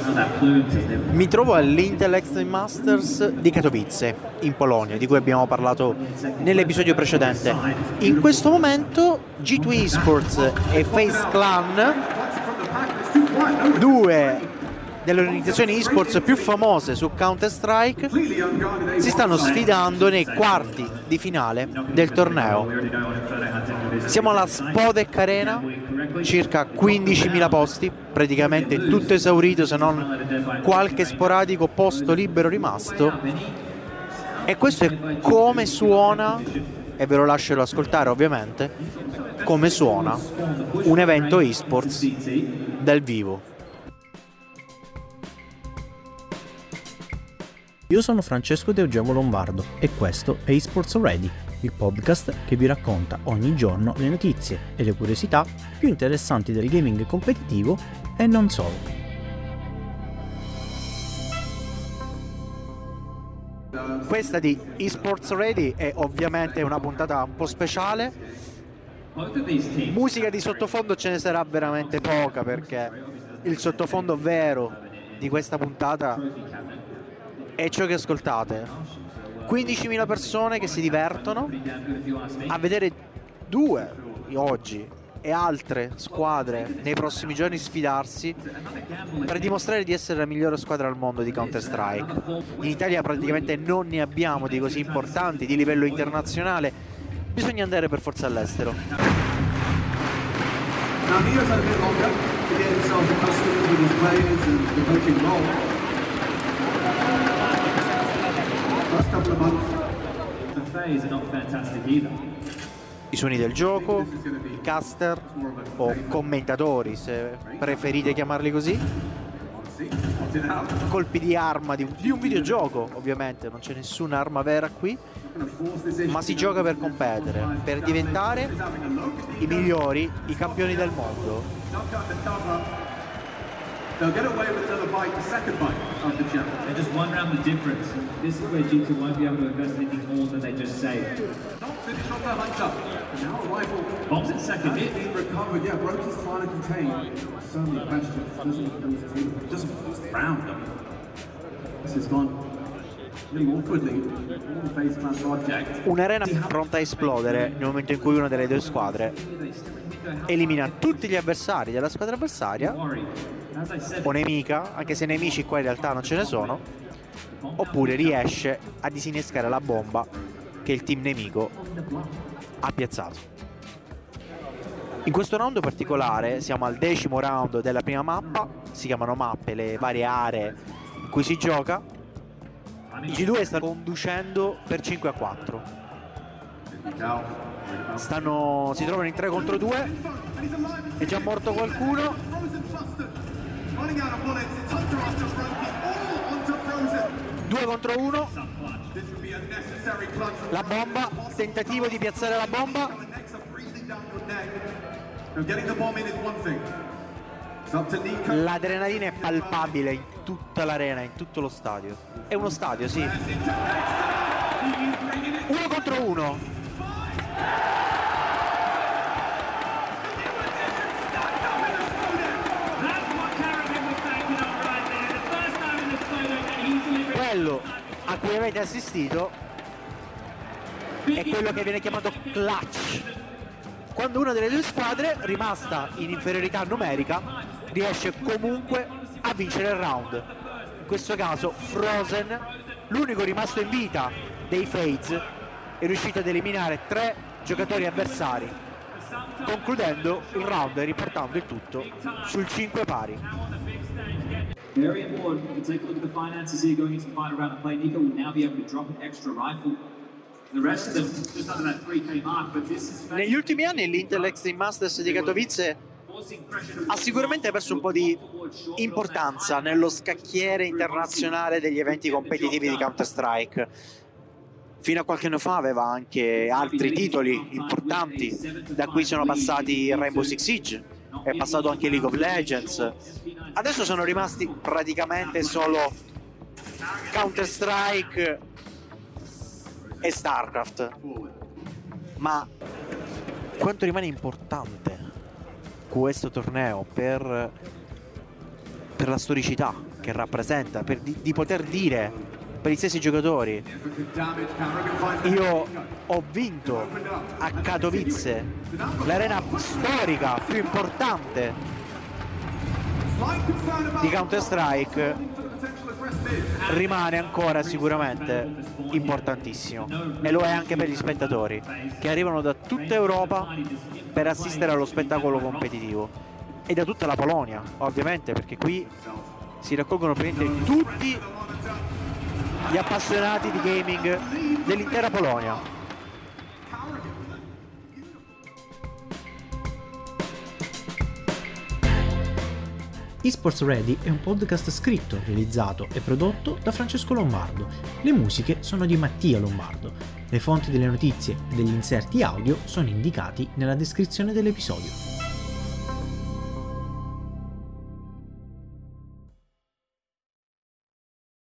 Mi trovo all'Intel Extreme Masters di Katowice, in Polonia, di cui abbiamo parlato nell'episodio precedente. In questo momento G2 Esports e FaZe Clan, due delle organizzazioni esports più famose su Counter-Strike, si stanno sfidando nei quarti di finale del torneo. Siamo alla Spodek Arena, circa 15.000 posti, praticamente tutto esaurito se non qualche sporadico posto libero rimasto. E questo è come suona, e ve lo lascerò ascoltare ovviamente, come suona un evento esports dal vivo. Io sono Francesco De Eugenio Lombardo e questo è eSports Ready, il podcast che vi racconta ogni giorno le notizie e le curiosità più interessanti del gaming competitivo e non solo. Questa di eSports Ready è ovviamente una puntata un po' speciale. Musica di sottofondo ce ne sarà veramente poca, perché il sottofondo vero di questa puntata è ciò che ascoltate. 15.000 persone che si divertono a vedere due oggi e altre squadre nei prossimi giorni sfidarsi per dimostrare di essere la migliore squadra al mondo di Counter-Strike. In Italia praticamente non ne abbiamo di così importanti, di livello internazionale. Bisogna andare per forza all'estero. I suoni del gioco, i caster o commentatori, se preferite chiamarli così, colpi di arma di un videogioco. Ovviamente non c'è nessuna arma vera qui, ma si gioca per competere, per diventare i migliori, i campioni del mondo. They'll get away with another bite, the second bite of the champ. They're just one round the difference. This is where G2 won't be able to invest anything more than they just saved. Not finish off their hunter. Now a rifle. Bombs in second. It's been recovered. Yeah, Broken's trying to contain. So many questions. Doesn't lose the round. This has gone really awkwardly. FaZe Clan project. Un'arena pronta a esplodere nel momento in cui una delle due squadre elimina tutti gli avversari della squadra avversaria o nemica, anche se nemici qua in realtà non ce ne sono, oppure riesce a disinnescare la bomba che il team nemico ha piazzato. In questo round particolare siamo al 10° round della prima mappa. Si chiamano mappe le varie aree in cui si gioca. I G2 stanno conducendo per 5-4. Si trovano in 3 contro 2. È già morto qualcuno. 2 contro 1. La bomba, tentativo di piazzare la bomba. L'adrenalina è palpabile in tutta l'arena, in tutto lo stadio. È uno stadio, sì. 1 contro 1. Quello a cui avete assistito è quello che viene chiamato clutch, quando una delle due squadre, rimasta in inferiorità numerica, riesce comunque a vincere il round. In questo caso Frozen, l'unico rimasto in vita dei FaZe, è riuscito ad eliminare 3 giocatori avversari, concludendo il round e riportando il tutto sul 5 pari. Very important. Take a look at the finances here going into the final round. Play Nico will now be able to drop an extra rifle. The rest of them just under that 3K mark, but this is... Negli ultimi anni l'Intel Extreme Masters di Katowice ha sicuramente perso un po' di importanza nello scacchiere internazionale degli eventi competitivi di Counter-Strike. Fino a qualche anno fa aveva anche altri titoli importanti, da cui sono passati Rainbow Six Siege, è passato anche League of Legends. Adesso sono rimasti praticamente solo Counter-Strike e StarCraft. Ma quanto rimane importante questo torneo per la storicità che rappresenta, di poter dire per gli stessi giocatori: io ho vinto a Katowice, l'arena storica più importante di Counter-Strike, rimane ancora sicuramente importantissimo, e lo è anche per gli spettatori che arrivano da tutta Europa per assistere allo spettacolo competitivo, e da tutta la Polonia ovviamente, perché qui si raccolgono praticamente tutti gli appassionati di gaming dell'intera Polonia. eSports Ready è un podcast scritto, realizzato e prodotto da Francesco Lombardo. Le musiche sono di Mattia Lombardo. Le fonti delle notizie e degli inserti audio sono indicati nella descrizione dell'episodio.